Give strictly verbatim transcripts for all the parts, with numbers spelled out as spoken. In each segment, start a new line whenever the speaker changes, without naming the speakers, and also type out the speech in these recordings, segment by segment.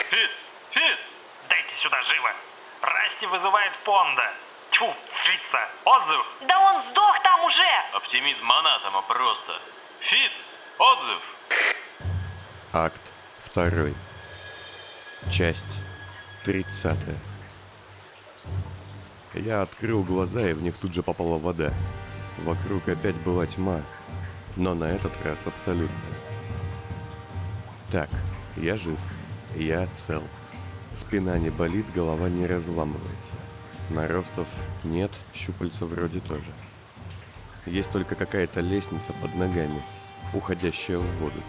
Фиц! Фиц!
Дайте сюда живо! Расти вызывает Понда! Тьфу, фрица! Отзыв!
Да он сдох там уже!
Оптимизм Монатома просто. Фиц! Отзыв!
Акт второй. Часть тридцатая. Я открыл глаза, и в них тут же попала вода. Вокруг опять была тьма, но на этот раз абсолютная. Так, я жив, я цел. Спина не болит, голова не разламывается. Наростов нет, щупальца вроде тоже. Есть только какая-то лестница под ногами, уходящая в воду.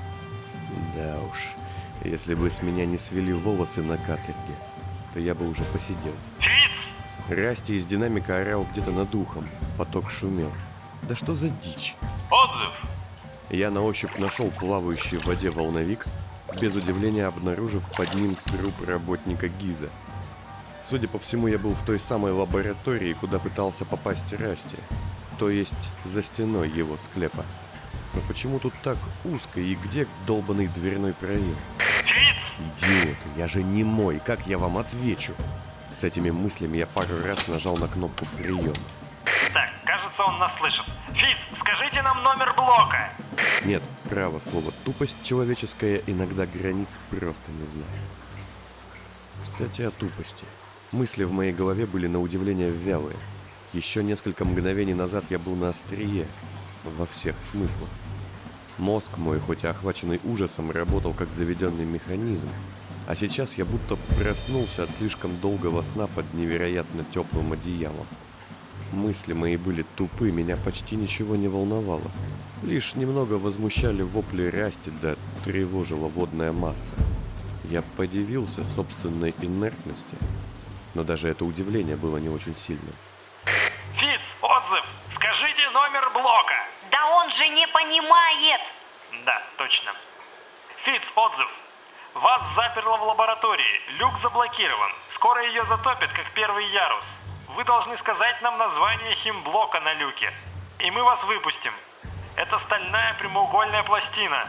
Да уж, если бы с меня не свели волосы на каторге, то я бы уже посидел. Расти из динамика орал где-то над ухом, поток шумел. Да что за дичь?
Отзыв!
Я на ощупь нашел плавающий в воде волновик, без удивления обнаружив под ним труп работника ГИЗа. Судя по всему, я был в той самой лаборатории, куда пытался попасть Расти, то есть за стеной его склепа. Но почему тут так узко и где долбанный дверной проем? Идиоты, я же не мой, как я вам отвечу? С этими мыслями я пару раз нажал на кнопку приема.
Так, кажется, он нас слышит. Фиц, скажите нам номер блока.
Нет, право слово, тупость человеческая иногда границ просто не знает. Кстати, о тупости. Мысли в моей голове были на удивление вялые. Еще несколько мгновений назад я был на острие, во всех смыслах. Мозг мой, хоть и охваченный ужасом, работал как заведенный механизм. А сейчас я будто проснулся от слишком долгого сна под невероятно теплым одеялом. Мысли мои были тупы, меня почти ничего не волновало. Лишь немного возмущали вопли Расти, да тревожила водная масса. Я подивился собственной инертности, но даже это удивление было не очень сильным.
Фиц, отзыв! Скажите номер блока!
Да он же не понимает!
Да, точно. Фиц, отзыв! Вас заперло в лаборатории. Люк заблокирован. Скоро ее затопит, как первый ярус. Вы должны сказать нам название химблока на люке. И мы вас выпустим. Это стальная прямоугольная пластина.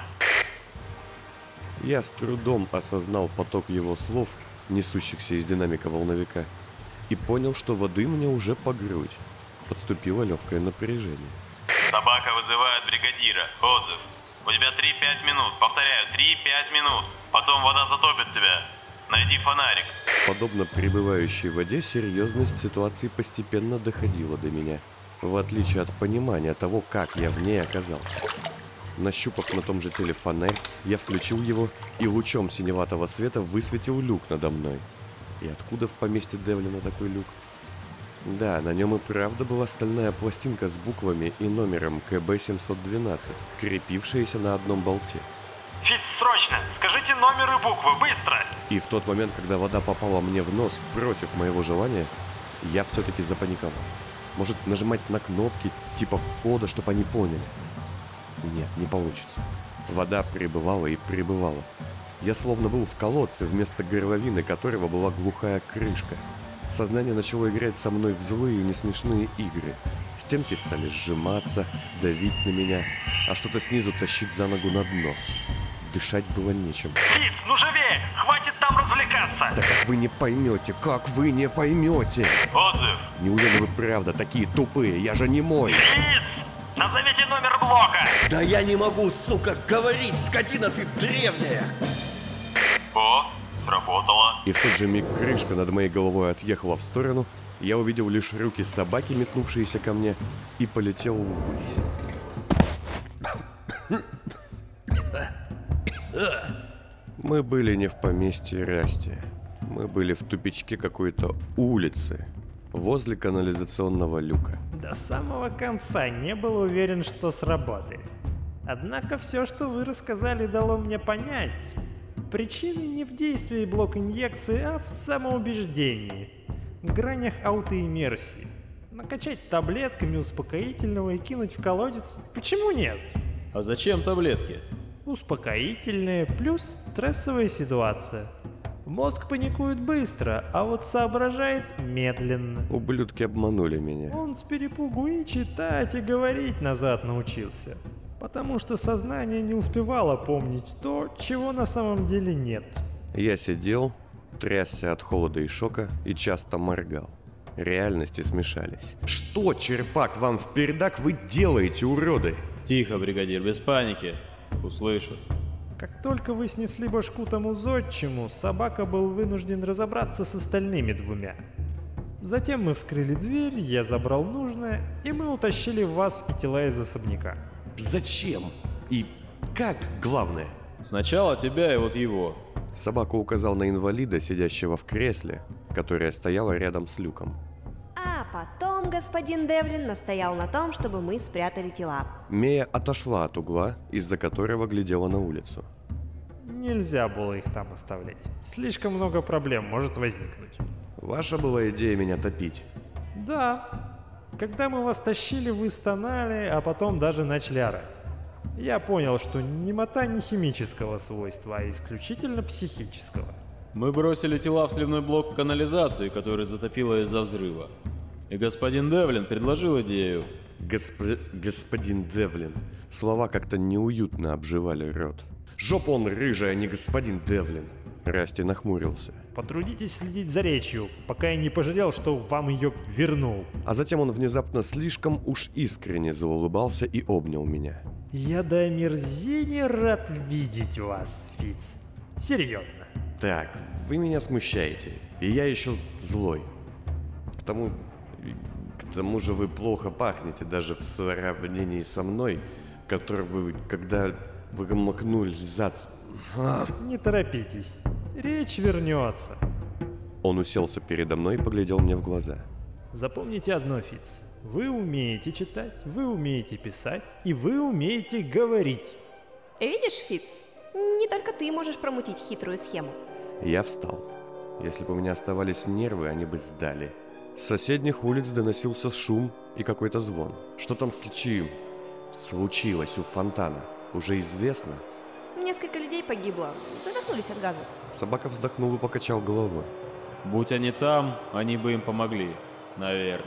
Я с трудом осознал поток его слов, несущихся из динамика волновика, и понял, что воды мне уже по грудь. Подступило легкое напряжение.
Собака вызывает бригадира. Отзыв. У тебя три-пять минут. Повторяю, три-пять минут. Потом вода затопит тебя. Найди фонарик.
Подобно пребывающей в воде, серьезность ситуации постепенно доходила до меня, в отличие от понимания того, как я в ней оказался. Нащупав на том же теле фонарь, я включил его и лучом синеватого света высветил люк надо мной. И откуда в поместье Девлина такой люк? Да, на нем и правда была стальная пластинка с буквами и номером ка бэ семьсот двенадцать, крепившаяся на одном болте.
Фиц, срочно! Скажите номер и буквы, быстро!
И в тот момент, когда вода попала мне в нос против моего желания, я все-таки запаниковал. Может, нажимать на кнопки типа кода, чтобы они поняли? Нет, не получится. Вода прибывала и прибывала. Я словно был в колодце, вместо горловины которого была глухая крышка. Сознание начало играть со мной в злые и несмешные игры. Стенки стали сжиматься, давить на меня, а что-то снизу тащить за ногу на дно. Дышать было нечем.
Фиц, ну живее! Хватит там развлекаться!
Да как вы не поймете, как вы не поймете?
Отзыв.
Неужели вы правда такие тупые? Я же не мой.
Фиц! Назовите номер блока!
Да я не могу, сука, говорить, скотина ты древняя!
О, сработало.
И в тот же миг крышка над моей головой отъехала в сторону. Я увидел лишь руки собаки, метнувшиеся ко мне, и полетел ввысь. Мы были не в поместье Расти. Мы были в тупичке какой-то улицы, возле канализационного люка.
До самого конца не был уверен, что сработает. Однако все, что вы рассказали, дало мне понять. Причина не в действии блок-инъекции, а в самоубеждении. В гранях аутоиммерсии. Накачать таблетками успокоительного и кинуть в колодец? Почему нет?
А зачем таблетки?
Успокоительные плюс стрессовая ситуация. Мозг паникует быстро, а вот соображает медленно.
Ублюдки обманули меня.
Он с перепугу и читать, и говорить назад научился. Потому что сознание не успевало помнить то, чего на самом деле нет.
Я сидел, трясся от холода и шока и часто моргал. Реальности смешались. Что, черпак, вам в передак вы делаете, уроды?
Тихо, бригадир, без паники. Услышат.
Как только вы снесли башку тому зодчему, собака был вынужден разобраться с остальными двумя. Затем мы вскрыли дверь, я забрал нужное, и мы утащили вас и тела из особняка.
Зачем? И как, главное?
Сначала тебя и вот его.
Собака указал на инвалида, сидящего в кресле, которое стояло рядом с люком.
А потом господин Девлин настоял на том, чтобы мы спрятали тела.
Мея отошла от угла, из-за которого глядела на улицу.
Нельзя было их там оставлять. Слишком много проблем может возникнуть.
Ваша была идея меня топить.
Да. Когда мы вас тащили, вы стонали, а потом даже начали орать. Я понял, что немота не химического свойства, а исключительно психического.
Мы бросили тела в сливной блок канализации, который затопило из-за взрыва. И господин Девлин предложил идею.
Госп... Господин Девлин. Слова как-то неуютно обживали рот. Жопа он рыжая, а не господин Девлин. Расти нахмурился.
Потрудитесь следить за речью, пока я не пожалел, что вам ее вернул.
А затем он внезапно слишком уж искренне заулыбался и обнял меня.
Я до омерзения рад видеть вас, Фиц. Серьезно.
Так, вы меня смущаете. И я еще злой. К тому... К тому же вы плохо пахнете даже в сравнении со мной, который вы... Когда вы макнули зад... А.
Не торопитесь. Речь вернется.
Он уселся передо мной и поглядел мне в глаза.
Запомните одно, Фиц. Вы умеете читать, вы умеете писать, и вы умеете говорить.
Видишь, Фиц, не только ты можешь промутить хитрую схему.
Я встал. Если бы у меня оставались нервы, они бы сдали. С соседних улиц доносился шум и какой-то звон. Что там случилось? Случилось у фонтана. Уже известно?
Несколько людей погибло, задохнулись от газа.
Собака вздохнул и покачал головой.
Будь они там, они бы им помогли. Наверное.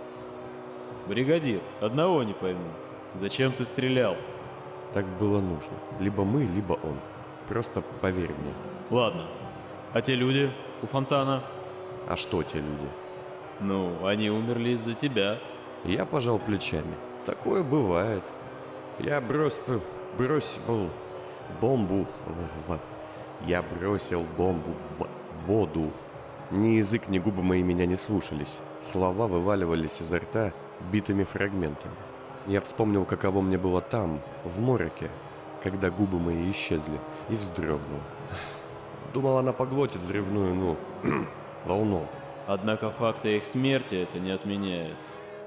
Бригадир, одного не пойму. Зачем ты стрелял?
Так было нужно. Либо мы, либо он. Просто поверь мне.
Ладно. А те люди у фонтана?
А что те люди?
Ну, они умерли из-за тебя.
Я пожал плечами. Такое бывает. Я брос... бросил бомбу в... в... Я бросил бомбу в воду. Ни язык, ни губы мои меня не слушались. Слова вываливались изо рта битыми фрагментами. Я вспомнил, каково мне было там, в мороке, когда губы мои исчезли, и вздрогнул. Думал, она поглотит взрывную, ну, волну.
Однако факта их смерти это не отменяет.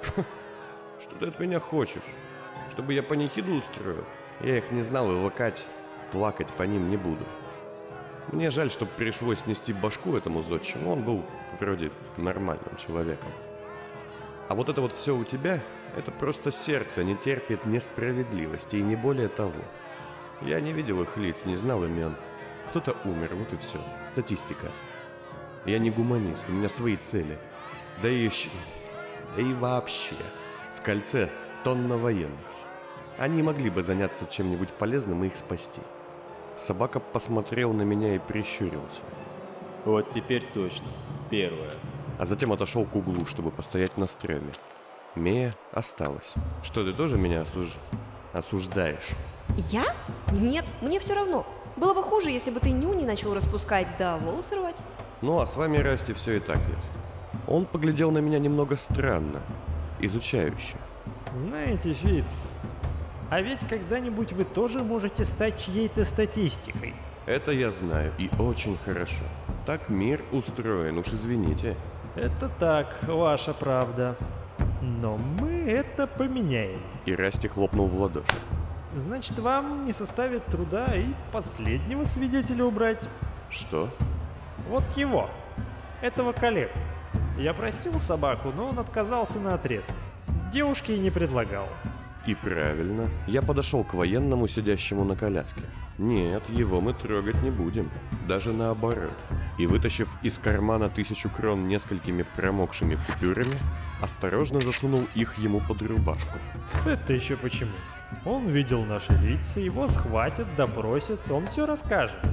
Что ты от меня хочешь? Чтобы я панихиду устроил? Я их не знал, и лакать, плакать по ним не буду. Мне жаль, что пришлось снести башку этому зодчему, он был вроде нормальным человеком. А вот это вот все у тебя, это просто сердце не терпит несправедливости, и не более того. Я не видел их лиц, не знал имен. Кто-то умер, вот и все. Статистика. Я не гуманист, у меня свои цели. Да и еще... Да и вообще. В кольце тонна военных. Они могли бы заняться чем-нибудь полезным и их спасти. Собака посмотрел на меня и прищурился.
Вот теперь точно. Первое.
А затем отошел к углу, чтобы постоять на стреме. Мея осталась. Что, ты тоже меня осуж... осуждаешь?
Я? Нет, мне все равно. Было бы хуже, если бы ты ню не начал распускать, да волосы рвать.
Ну, а с вами, Расти, все и так ясно. Он поглядел на меня немного странно, изучающе.
Знаете, Фиц, а ведь когда-нибудь вы тоже можете стать чьей-то статистикой.
Это я знаю, и очень хорошо. Так мир устроен, уж извините.
Это так, ваша правда. Но мы это поменяем.
И Расти хлопнул в ладоши.
Значит, вам не составит труда и последнего свидетеля убрать.
Что?
Вот его, этого коллегу. Я просил собаку, но он отказался наотрез. Девушке и не предлагал.
И правильно. Я подошел к военному, сидящему на коляске. Нет, его мы трогать не будем. Даже наоборот. И, вытащив из кармана тысячу крон несколькими промокшими купюрами, осторожно засунул их ему под рубашку.
Это еще почему? Он видел наши лица, его схватят, допросят, он все расскажет.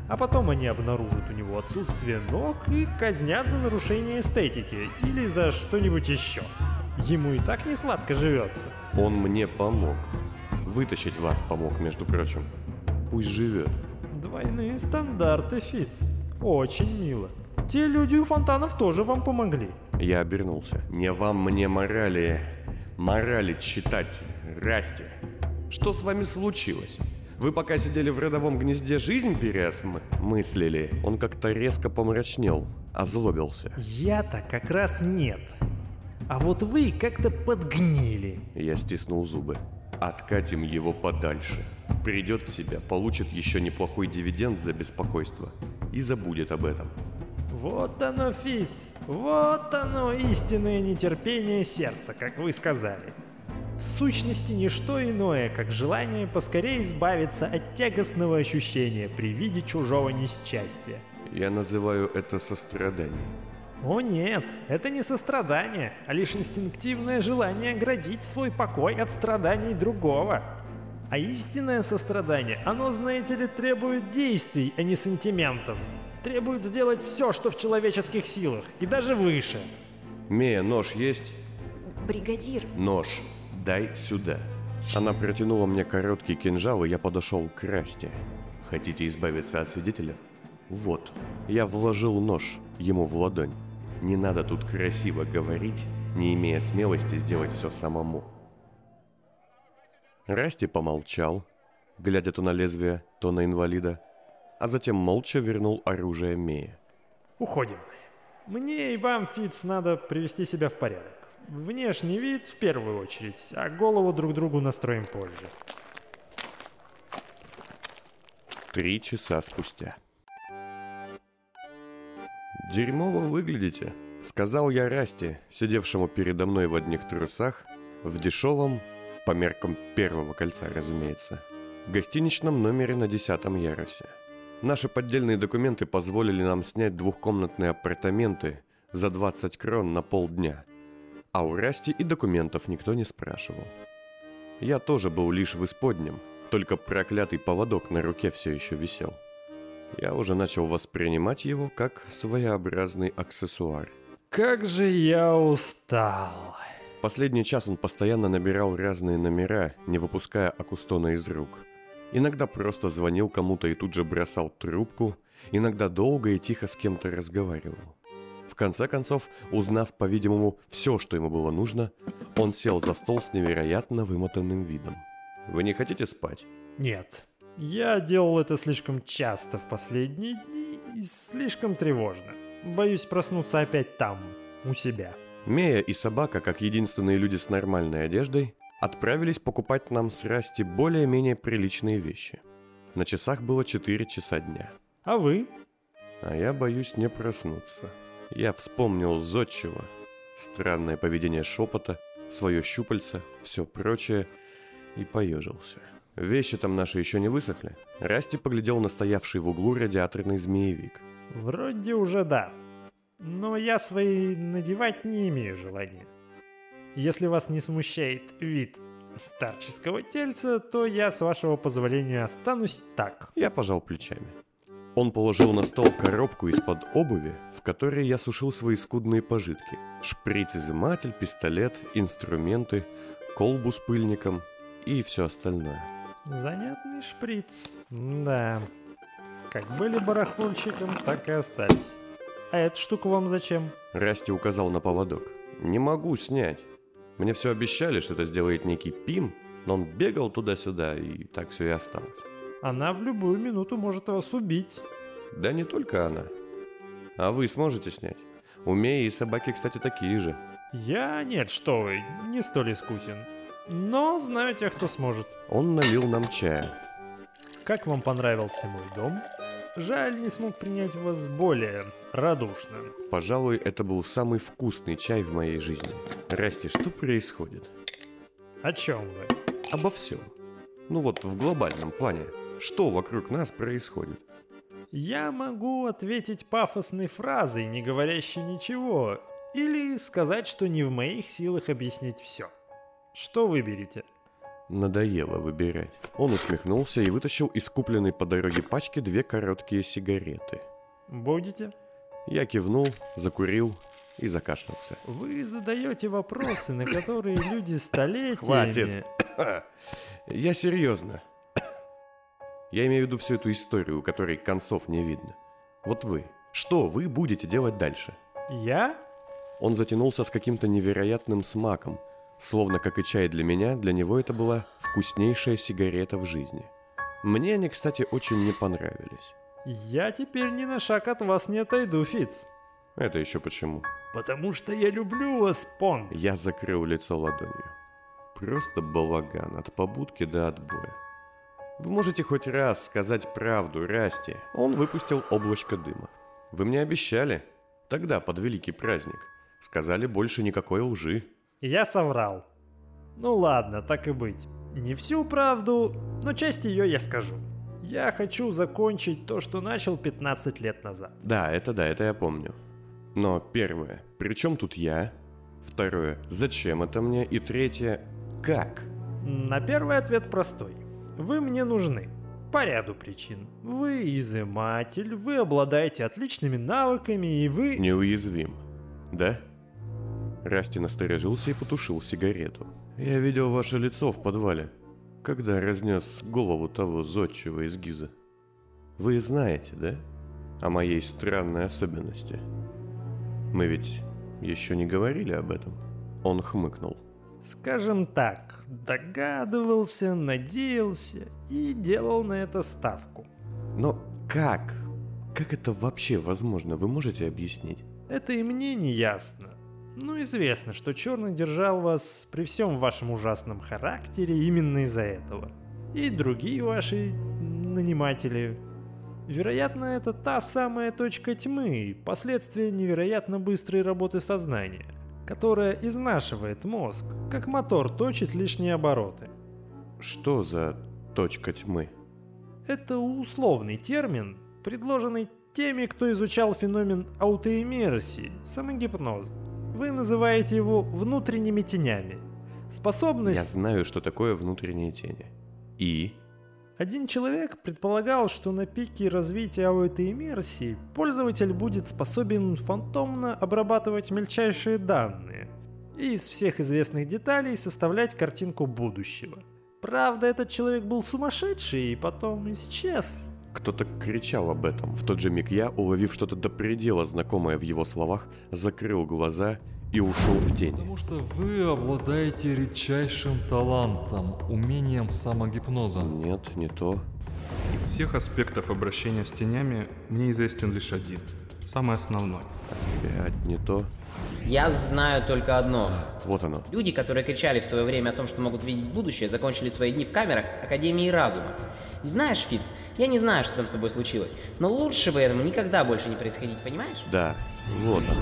А потом они обнаружат у него отсутствие ног и казнят за нарушение эстетики или за что-нибудь еще. Ему и так не сладко живется.
Он мне помог. Вытащить вас помог, между прочим. Пусть живет.
Двойные стандарты, Фиц. Очень мило. Те люди у фонтанов тоже вам помогли.
Я обернулся. Не вам мне морали... Морали читать, Расти. Что с вами случилось? Вы пока сидели в родовом гнезде жизнь переосмыслили? Он как-то резко помрачнел, озлобился.
Я-то как раз нет. А вот вы как-то подгнили.
Я стиснул зубы. Откатим его подальше. Придет в себя, получит еще неплохой дивиденд за беспокойство. И забудет об этом.
Вот оно, Фиц. Вот оно, истинное нетерпение сердца, как вы сказали. В сущности, не что иное, как желание поскорее избавиться от тягостного ощущения при виде чужого несчастья.
Я называю это состраданием.
О нет, это не сострадание, а лишь инстинктивное желание оградить свой покой от страданий другого. А истинное сострадание, оно, знаете ли, требует действий, а не сантиментов. Требует сделать все, что в человеческих силах, и даже выше.
Мея, нож есть?
Бригадир.
Нож. Дай сюда. Она протянула мне короткий кинжал, и я подошел к Расти. Хотите избавиться от свидетеля? Вот. Я вложил нож ему в ладонь. Не надо тут красиво говорить, не имея смелости сделать все самому. Расти помолчал, глядя то на лезвие, то на инвалида, а затем молча вернул оружие Мее.
Уходим. Мне и вам, Фиц, надо привести себя в порядок. Внешний вид в первую очередь, а голову друг другу настроим позже.
Три часа спустя. «Дерьмово выглядите», — сказал я Расти, сидевшему передо мной в одних трусах, в дешевом, по меркам первого кольца, разумеется, гостиничном номере на десятом ярусе. Наши поддельные документы позволили нам снять двухкомнатные апартаменты за двадцать крон на полдня, а у Расти и документов никто не спрашивал. Я тоже был лишь в исподнем, только проклятый поводок на руке все еще висел. Я уже начал воспринимать его как своеобразный аксессуар.
Как же я устал.
Последний час он постоянно набирал разные номера, не выпуская Акустона из рук. Иногда просто звонил кому-то и тут же бросал трубку, иногда долго и тихо с кем-то разговаривал. В конце концов, узнав, по-видимому, все, что ему было нужно, он сел за стол с невероятно вымотанным видом. «Вы не хотите спать?»
Нет. Я делал это слишком часто в последние дни и слишком тревожно. Боюсь проснуться опять там, у себя.
Мея и собака, как единственные люди с нормальной одеждой, отправились покупать нам с Расти более-менее приличные вещи. На часах было четыре часа дня.
А вы?
А я боюсь не проснуться. Я вспомнил зодчего, странное поведение шепота, свое щупальце, все прочее, и поежился. Вещи там наши еще не высохли. Расти поглядел на стоявший в углу радиаторный змеевик.
Вроде уже да. Но я свои надевать не имею желания. Если вас не смущает вид старческого тельца, то я, с вашего позволения, останусь так.
Я пожал плечами. Он положил на стол коробку из-под обуви, в которой я сушил свои скудные пожитки. Шприц-изыматель, пистолет, инструменты, колбу с пыльником и все остальное.
Занятный шприц. Да. Как были барахольщиком, так и остались. А эта штука вам зачем?
Расти указал на поводок. Не могу снять. Мне все обещали, что это сделает некий Пим, но он бегал туда-сюда, и так все и осталось.
Она в любую минуту может вас убить.
Да не только она. А вы сможете снять? У Меи и собаки, кстати, такие же.
Я нет, что вы, не столь искусен. Но знаю тех, кто сможет.
Он налил нам чая.
Как вам понравился мой дом? Жаль, не смог принять вас более радушно.
Пожалуй, это был самый вкусный чай в моей жизни. Расти, что происходит?
О чем вы?
Обо всем. Ну вот, в глобальном плане. Что вокруг нас происходит?
Я могу ответить пафосной фразой, не говорящей ничего. Или сказать, что не в моих силах объяснить все. Что выберете?
Надоело выбирать. Он усмехнулся и вытащил из купленной по дороге пачки две короткие сигареты.
Будете?
Я кивнул, закурил и закашлялся.
Вы задаете вопросы, на которые люди столетиями...
Хватит! Я серьезно. Я имею в виду всю эту историю, у которой концов не видно. Вот вы, что вы будете делать дальше?
Я?
Он затянулся с каким-то невероятным смаком. Словно, как и чай для меня, для него это была вкуснейшая сигарета в жизни. Мне они, кстати, очень не понравились.
Я теперь ни на шаг от вас не отойду, Фиц.
Это еще почему?
Потому что я люблю вас, Понг.
Я закрыл лицо ладонью. Просто балаган от побудки до отбоя. Вы можете хоть раз сказать правду, Расти. Он выпустил облачко дыма. Вы мне обещали? Тогда, под великий праздник. Сказали больше никакой лжи.
Я соврал. Ну ладно, так и быть. Не всю правду, но часть ее я скажу. Я хочу закончить то, что начал пятнадцать лет назад.
Да, это да, это я помню. Но первое, при чем тут я? Второе, зачем это мне? И третье, как?
На первый ответ простой. Вы мне нужны. По ряду причин. Вы изыматель, вы обладаете отличными навыками, и вы...
Неуязвим, да? Расти насторожился и потушил сигарету. Я видел ваше лицо в подвале, когда разнес голову того зодчего из Гиза. Вы знаете, да? О моей странной особенности. Мы ведь еще не говорили об этом. Он хмыкнул.
Скажем так, догадывался, надеялся и делал на это ставку.
Но как? Как это вообще возможно? Вы можете объяснить?
Это и мне не ясно. Ну, известно, что Черный держал вас при всем вашем ужасном характере именно из-за этого. И другие ваши наниматели. Вероятно, это та самая точка тьмы, последствия невероятно быстрой работы сознания, которая изнашивает мозг, как мотор точит лишние обороты.
Что за точка тьмы?
Это условный термин, предложенный теми, кто изучал феномен аутоиммерсии, самогипноза. Вы называете его внутренними тенями. Способность...
Я знаю, что такое внутренние тени. И?
Один человек предполагал, что на пике развития аутоиммерсии пользователь будет способен фантомно обрабатывать мельчайшие данные и из всех известных деталей составлять картинку будущего. Правда, этот человек был сумасшедший и потом исчез.
Кто-то кричал об этом. В тот же миг я, уловив что-то до предела знакомое в его словах, закрыл глаза и ушел в тень.
Потому что вы обладаете редчайшим талантом, умением самогипноза.
Нет, не то.
Из всех аспектов обращения с тенями мне известен лишь один. Самый основной.
Опять не то.
Я знаю только одно.
Вот оно.
Люди, которые кричали в свое время о том, что могут видеть будущее, закончили свои дни в камерах Академии Разума. И знаешь, Фиц, я не знаю, что там с тобой случилось, но лучше бы этому никогда больше не происходить, понимаешь?
Да, вот оно.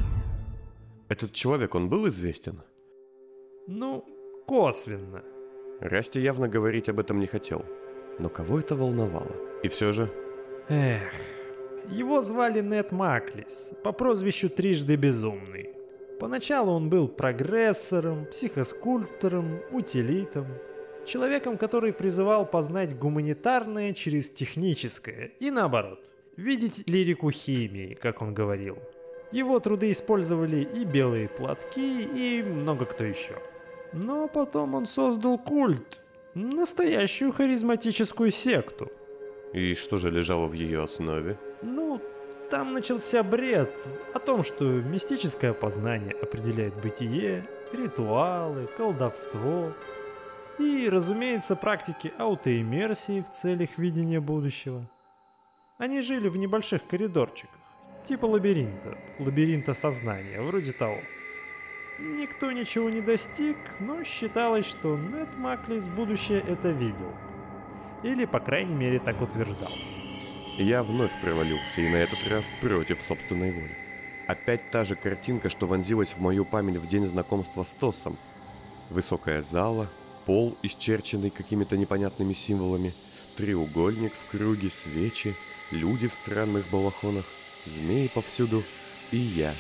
Этот человек, он был известен?
Ну, косвенно.
Расти явно говорить об этом не хотел. Но кого это волновало? И все же...
Эх... Его звали Нед Маклис, по прозвищу Трижды Безумный. Поначалу он был прогрессором, психоскульптором, утилитом. Человеком, который призывал познать гуманитарное через техническое, и наоборот, видеть лирику химии, как он говорил. Его труды использовали и белые платки, и много кто еще. Но потом он создал культ, настоящую харизматическую секту.
И что же лежало в ее основе?
Ну, там начался бред о том, что мистическое познание определяет бытие, ритуалы, колдовство и, разумеется, практики аутоиммерсии в целях видения будущего. Они жили в небольших коридорчиках, типа лабиринта, лабиринта сознания, вроде того. Никто ничего не достиг, но считалось, что Нед Маклис будущее это видел. Или, по крайней мере, так утверждал.
Я вновь провалился, и на этот раз против собственной воли. Опять та же картинка, что вонзилась в мою память в день знакомства с Тосом. Высокая зала, пол, исчерченный какими-то непонятными символами, треугольник в круге, свечи, люди в странных балахонах, змеи повсюду и я,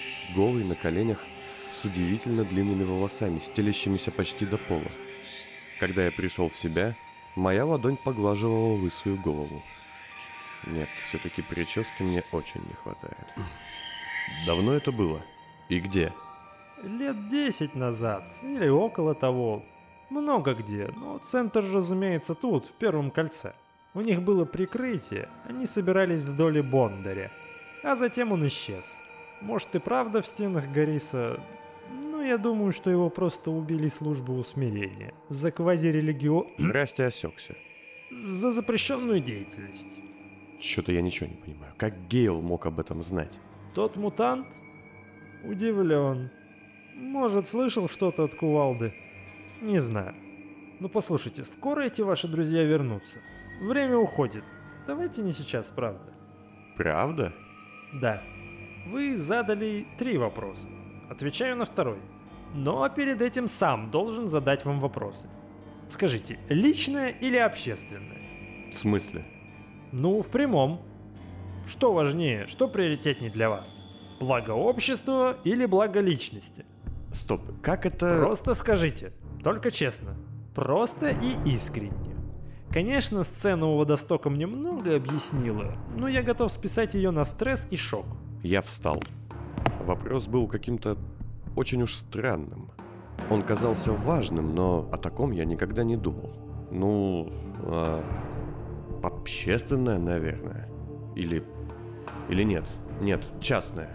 голый на коленях, с удивительно длинными волосами, стелящимися почти до пола. Когда я пришел в себя, моя ладонь поглаживала лысую голову. Нет, все-таки прически мне очень не хватает. Давно это было? И где?
Лет десять назад, или около того. Много где, но центр, разумеется, тут, в Первом кольце. У них было прикрытие, они собирались в доле Бондаря. А затем он исчез. Может и правда в стенах Гориса, но я думаю, что его просто убили службы усмирения. За квазирелигио...
Расти осекся.
За запрещенную деятельность.
Что-то я ничего не понимаю. Как Гейл мог об этом знать?
Тот мутант? Удивлен. Может, слышал что-то от кувалды? Не знаю. Ну послушайте, скоро эти ваши друзья вернутся. Время уходит. Давайте не сейчас, правда.
Правда?
Да. Вы задали три вопроса. Отвечаю на второй. Но перед этим сам должен задать вам вопросы. Скажите, личное или общественное?
В смысле?
Ну, в прямом. Что важнее, что приоритетнее для вас? Благо общества или благо личности?
Стоп, как это...
Просто скажите, только честно. Просто и искренне. Конечно, сцена у водостока мне много объяснила, но я готов списать ее на стресс и шок.
Я встал. Вопрос был каким-то очень уж странным. Он казался важным, но о таком я никогда не думал. Ну, а... общественное, наверное. Или... Или нет. Нет, частное.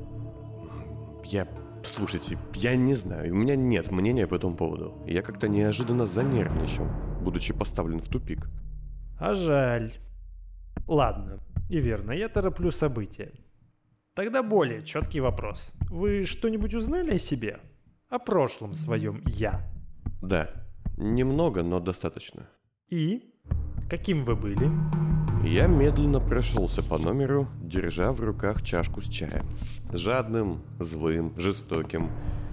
Я... Слушайте, я не знаю, у меня нет мнения по этому поводу. Я как-то неожиданно занервничал, будучи поставлен в тупик.
А жаль. Ладно, и верно, я тороплю события. Тогда более четкий вопрос. Вы что-нибудь узнали о себе? О прошлом своем «я»?
Да, немного, но достаточно.
И? Каким вы были?
Я медленно прошелся по номеру, держа в руках чашку с чаем. Жадным, злым, жестоким,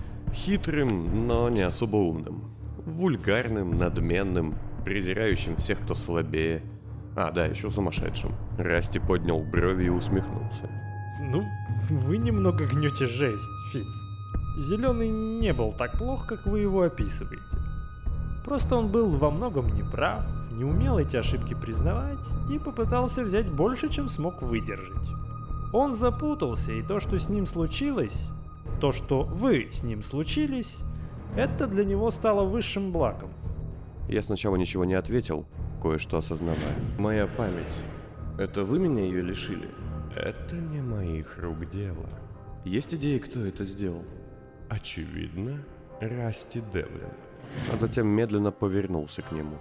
хитрым, но не особо умным, вульгарным, надменным, презирающим всех, кто слабее. А, да, еще сумасшедшим. Расти поднял брови и усмехнулся.
Ну, вы немного гнете жесть, Фиц. Зеленый не был так плох, как вы его описываете. Просто он был во многом неправ, не умел эти ошибки признавать и попытался взять больше, чем смог выдержать. Он запутался, и то, что с ним случилось, то, что вы с ним случились, это для него стало высшим благом.
Я сначала ничего не ответил, кое-что осознавая. Моя память. Это вы меня ее лишили? Это не моих рук дело. Есть идеи, кто это сделал? Очевидно, Расти Девлин. А затем медленно повернулся к нему.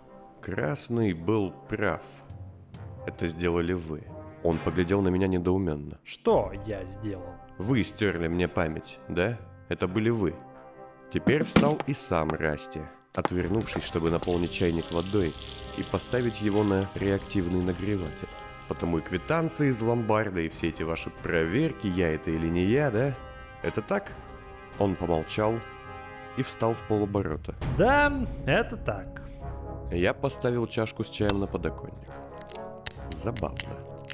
Красный был прав. Это сделали вы. Он поглядел на меня недоуменно.
Что я сделал?
Вы стерли мне память, да? Это были вы. Теперь встал и сам Расти, отвернувшись, чтобы наполнить чайник водой и поставить его на реактивный нагреватель. Потому и квитанции из ломбарда, и все эти ваши проверки, я это или не я, да? Это так? Он помолчал и встал в полоборота.
Да, это так.
Я поставил чашку с чаем на подоконник. Забавно.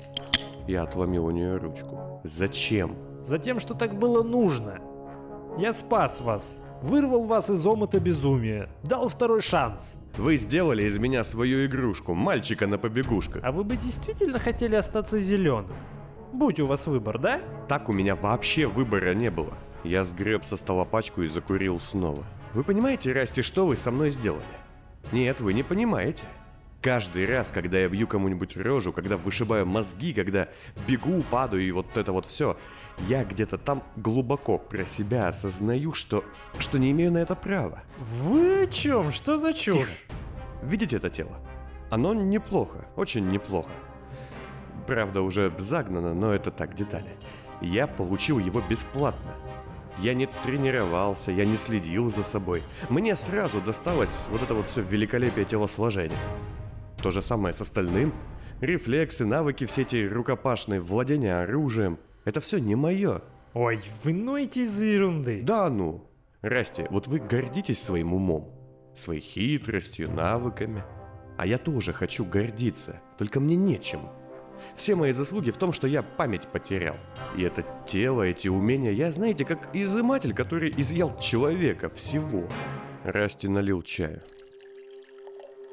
Я отломил у нее ручку. Зачем?
Затем, что так было нужно. Я спас вас, вырвал вас из омута безумия, дал второй шанс.
Вы сделали из меня свою игрушку, мальчика на побегушках.
А вы бы действительно хотели остаться зеленым? Будь у вас выбор, да?
Так у меня вообще выбора не было. Я сгреб со стола пачку и закурил снова. Вы понимаете, Расти, что вы со мной сделали? Нет, вы не понимаете. Каждый раз, когда я бью кому-нибудь рожу, когда вышибаю мозги, когда бегу, падаю и вот это вот все, я где-то там глубоко про себя осознаю, что, что не имею на это права.
Вы о чем? Что за чушь?
Тихо. Видите это тело? Оно неплохо, очень неплохо. Правда, уже загнано, но это так, детали. Я получил его бесплатно. Я не тренировался, я не следил за собой. Мне сразу досталось вот это вот все великолепие телосложения. То же самое с остальным. Рефлексы, навыки, все эти рукопашные, владение оружием. Это все не мое.
Ой, вы ноете из-за ерунды.
Да ну. Расти, вот вы гордитесь своим умом, своей хитростью, навыками. А я тоже хочу гордиться, только мне нечем. Все мои заслуги в том, что я память потерял. И это тело, эти умения, я, знаете, как изыматель, который изъял человека всего. Расти налил чаю.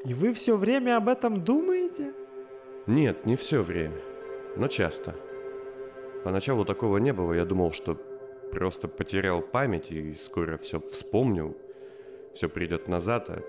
И вы все время об этом думаете?
Нет, не все время, но часто. Поначалу такого не было, я думал, что просто потерял память и скоро все вспомню, все придет назад, а...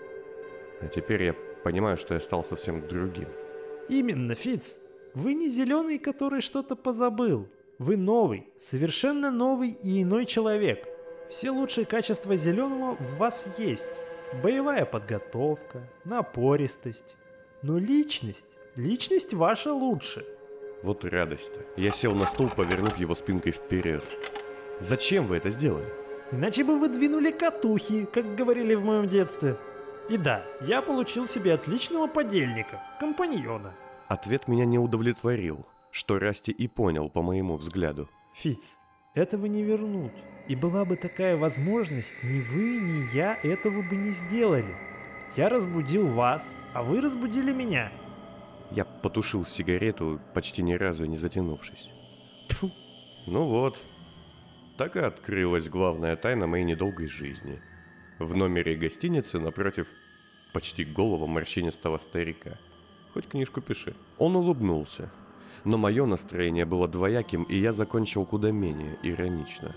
а теперь я понимаю, что я стал совсем другим.
Именно, Фиц. Вы не зеленый, который что-то позабыл. Вы новый, совершенно новый и иной человек. Все лучшие качества зеленого в вас есть. Боевая подготовка, напористость. Но личность, личность ваша лучше.
Вот радость-то. Я сел на стул, повернув его спинкой вперед. Зачем вы это сделали?
Иначе бы вы двинули катухи, как говорили в моем детстве. И да, я получил себе отличного подельника, компаньона.
Ответ меня не удовлетворил, что Расти и понял по моему взгляду.
Фиц, этого не вернуть. И была бы такая возможность, ни вы, ни я этого бы не сделали. Я разбудил вас, а вы разбудили меня.
Я потушил сигарету, почти ни разу не затянувшись. Тьфу. Ну вот, так и открылась главная тайна моей недолгой жизни. В номере гостиницы напротив почти голого морщинистого старика. Хоть книжку пиши. Он улыбнулся. Но мое настроение было двояким, и я закончил куда менее иронично.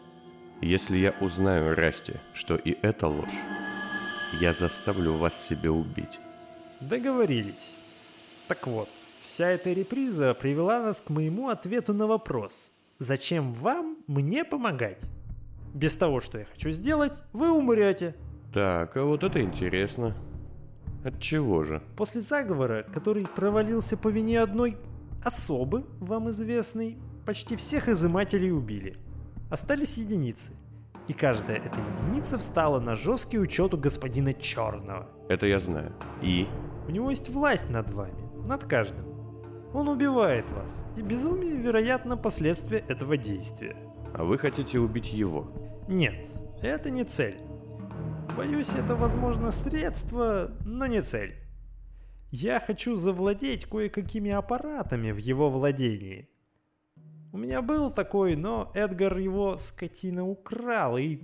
Если я узнаю, Расти, что и это ложь, я заставлю вас себя убить.
Договорились. Так вот, вся эта реприза привела нас к моему ответу на вопрос. Зачем вам мне помогать? Без того, что я хочу сделать, вы умрете.
Так, а вот это интересно. От чего же?
После заговора, который провалился по вине одной особы, вам известной, почти всех изымателей убили. Остались единицы. И каждая эта единица встала на жесткий учет у господина Черного.
Это я знаю. И?
У него есть власть над вами, над каждым. Он убивает вас, и безумие, вероятно, последствия этого действия.
А вы хотите убить его?
Нет, это не цель. Боюсь, это, возможно, средство, но не цель. Я хочу завладеть кое-какими аппаратами в его владении. У меня был такой, но Эдгар его, скотина, украл и...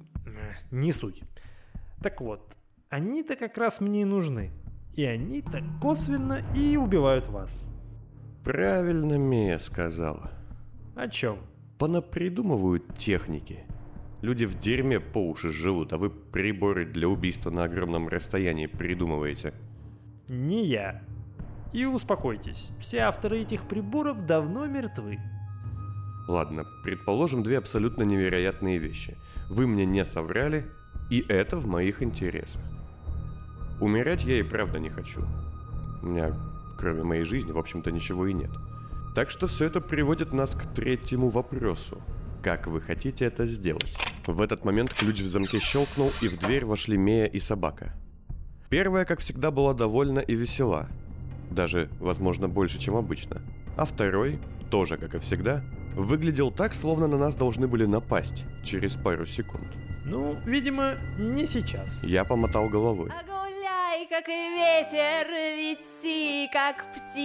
Не суть. Так вот, они-то как раз мне и нужны. И они-то косвенно и убивают вас.
Правильно Мия сказала.
О чем?
Понапридумывают техники. Люди в дерьме по уши живут, а вы приборы для убийства на огромном расстоянии придумываете.
Не я. И успокойтесь, все авторы этих приборов давно мертвы.
Ладно, предположим две абсолютно невероятные вещи. Вы мне не соврали, и это в моих интересах. Умирать я и правда не хочу. У меня, кроме моей жизни, в общем-то, ничего и нет. Так что все это приводит нас к третьему вопросу. Как вы хотите это сделать? В этот момент ключ в замке щелкнул, и в дверь вошли Мия и собака. Первая, как всегда, была довольна и весела. Даже, возможно, больше, чем обычно. А второй, тоже, как и всегда, выглядел так, словно на нас должны были напасть через пару секунд.
Ну, видимо, не сейчас.
Я помотал головой.
А гуляй, как и ветер, лети, как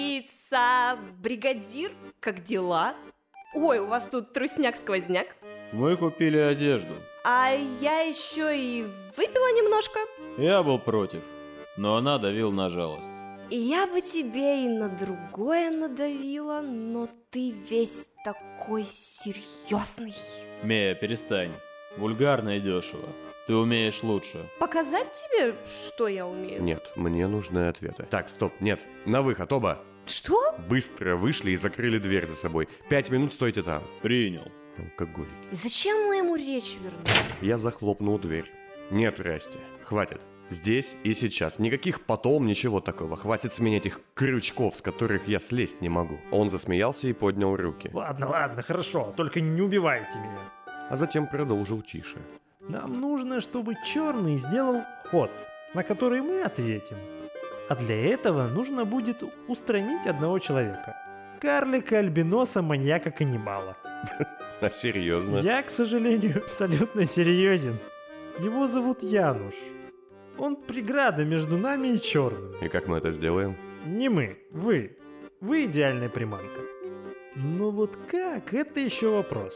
птица. Бригадир, как дела? Ой, у вас тут трусняк-сквозняк.
Мы купили одежду.
А я еще и выпила немножко.
Я был против, но она давила на жалость.
И я бы тебе и на другое надавила, но ты весь такой серьезный.
Мия, перестань. Вульгарно и дешево. Ты умеешь лучше.
Показать тебе, что я умею?
Нет, мне нужны ответы. Так, стоп, нет, на выход, оба.
Что?
Быстро вышли и закрыли дверь за собой. Пять минут стойте там.
Принял.
Алкоголики.
Зачем мы ему речь вернуть?
Я захлопнул дверь. Нет, Расти, хватит. Здесь и сейчас. Никаких потом, ничего такого. Хватит с меня этих крючков, с которых я слезть не могу. Он засмеялся и поднял руки.
Ладно, ладно, хорошо, только не убивайте меня.
А затем продолжил тише.
Нам нужно, чтобы Черный сделал ход, на который мы ответим. А для этого нужно будет устранить одного человека. Карлика-альбиноса, маньяка-каннибала.
А серьезно?
Я, к сожалению, абсолютно серьезен. Его зовут Януш. Он преграда между нами и Черным.
И как мы это сделаем?
Не мы, вы. Вы идеальная приманка. Но вот как, это еще вопрос.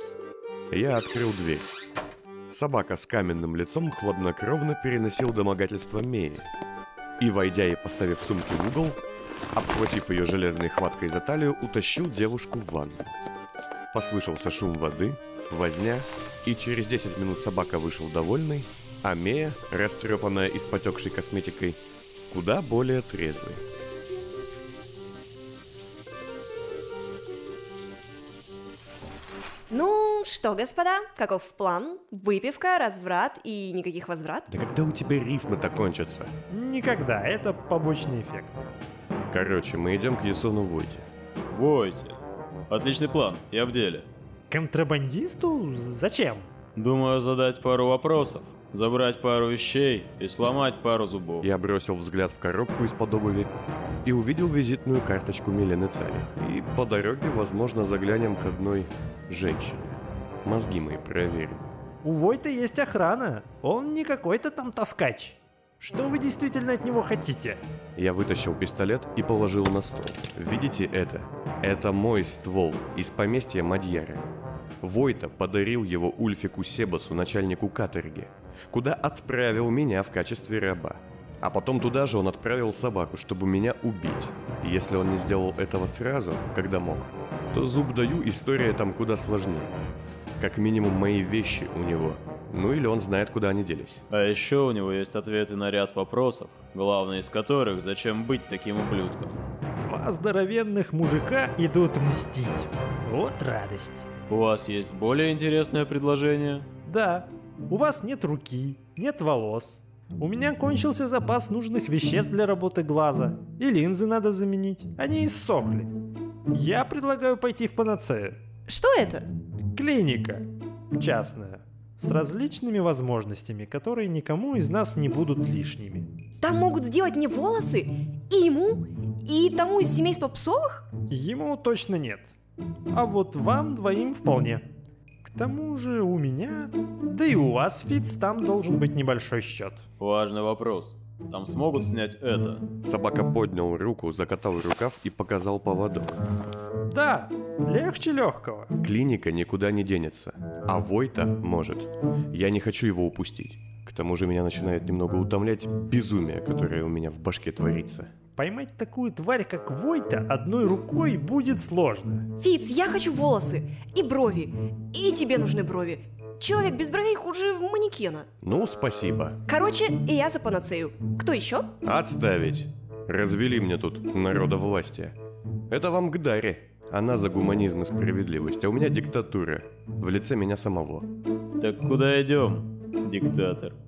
Я открыл дверь. Собака с каменным лицом хладнокровно переносил домогательство Мии. и, войдя и поставив сумку в угол, обхватив ее железной хваткой за талию, утащил девушку в ванну. Послышался шум воды, возня, и через десять минут собака вышел довольный, а Мея, растрепанная и с потекшей косметикой, куда более трезвой.
Ну что, господа, каков план? Выпивка, разврат и никаких возврат?
Да когда у тебя рифмы-то кончатся?
Никогда, это побочный эффект.
Короче, мы идем к Ясону Войте.
Войте. Отличный план, я в деле.
Контрабандисту? Зачем?
Думаю задать пару вопросов, забрать пару вещей и сломать пару зубов.
Я бросил взгляд в коробку из-под обуви и увидел визитную карточку Милены Царих. И по дороге, возможно, заглянем к одной женщине. Мозги мои проверим.
У Войта есть охрана. Он не какой-то там таскач. Что вы действительно от него хотите?
Я вытащил пистолет и положил на стол. Видите это? Это мой ствол из поместья Мадьяра. Войта подарил его Ульфику Себасу, начальнику каторги, куда отправил меня в качестве раба. А потом туда же он отправил собаку, чтобы меня убить. И если он не сделал этого сразу, когда мог, то зуб даю, история там куда сложнее. Как минимум мои вещи у него. Ну или он знает, куда они делись.
А еще у него есть ответы на ряд вопросов, главный из которых — зачем быть таким ублюдком.
Два здоровенных мужика идут мстить. Вот радость.
У вас есть более интересное предложение?
Да. У вас нет руки, нет волос. У меня кончился запас нужных веществ для работы глаза. И линзы надо заменить. Они иссохли. Я предлагаю пойти в Панацею.
Что это?
Клиника. Частная. С различными возможностями, которые никому из нас не будут лишними.
Там могут сделать мне волосы? И ему? И тому из семейства Псовых?
Ему точно нет. А вот вам двоим вполне. К тому же у меня, да и у вас, Фиц, там должен быть небольшой счет.
Важный вопрос. Там смогут снять это?
Собака поднял руку, закатал рукав и показал поводок.
Да, легче легкого.
Клиника никуда не денется, а Войта может. Я не хочу его упустить. К тому же меня начинает немного утомлять безумие, которое у меня в башке творится.
Поймать такую тварь, как Войта, одной рукой будет сложно.
Фиц, я хочу волосы и брови. И тебе нужны брови. Человек без бровей хуже манекена.
Ну, спасибо.
Короче, и я за Панацею. Кто еще?
Отставить. Развели мне тут народовластие. Это вам к Даре. Она за гуманизм и справедливость, а у меня диктатура. В лице меня самого.
Так куда идем, диктатор?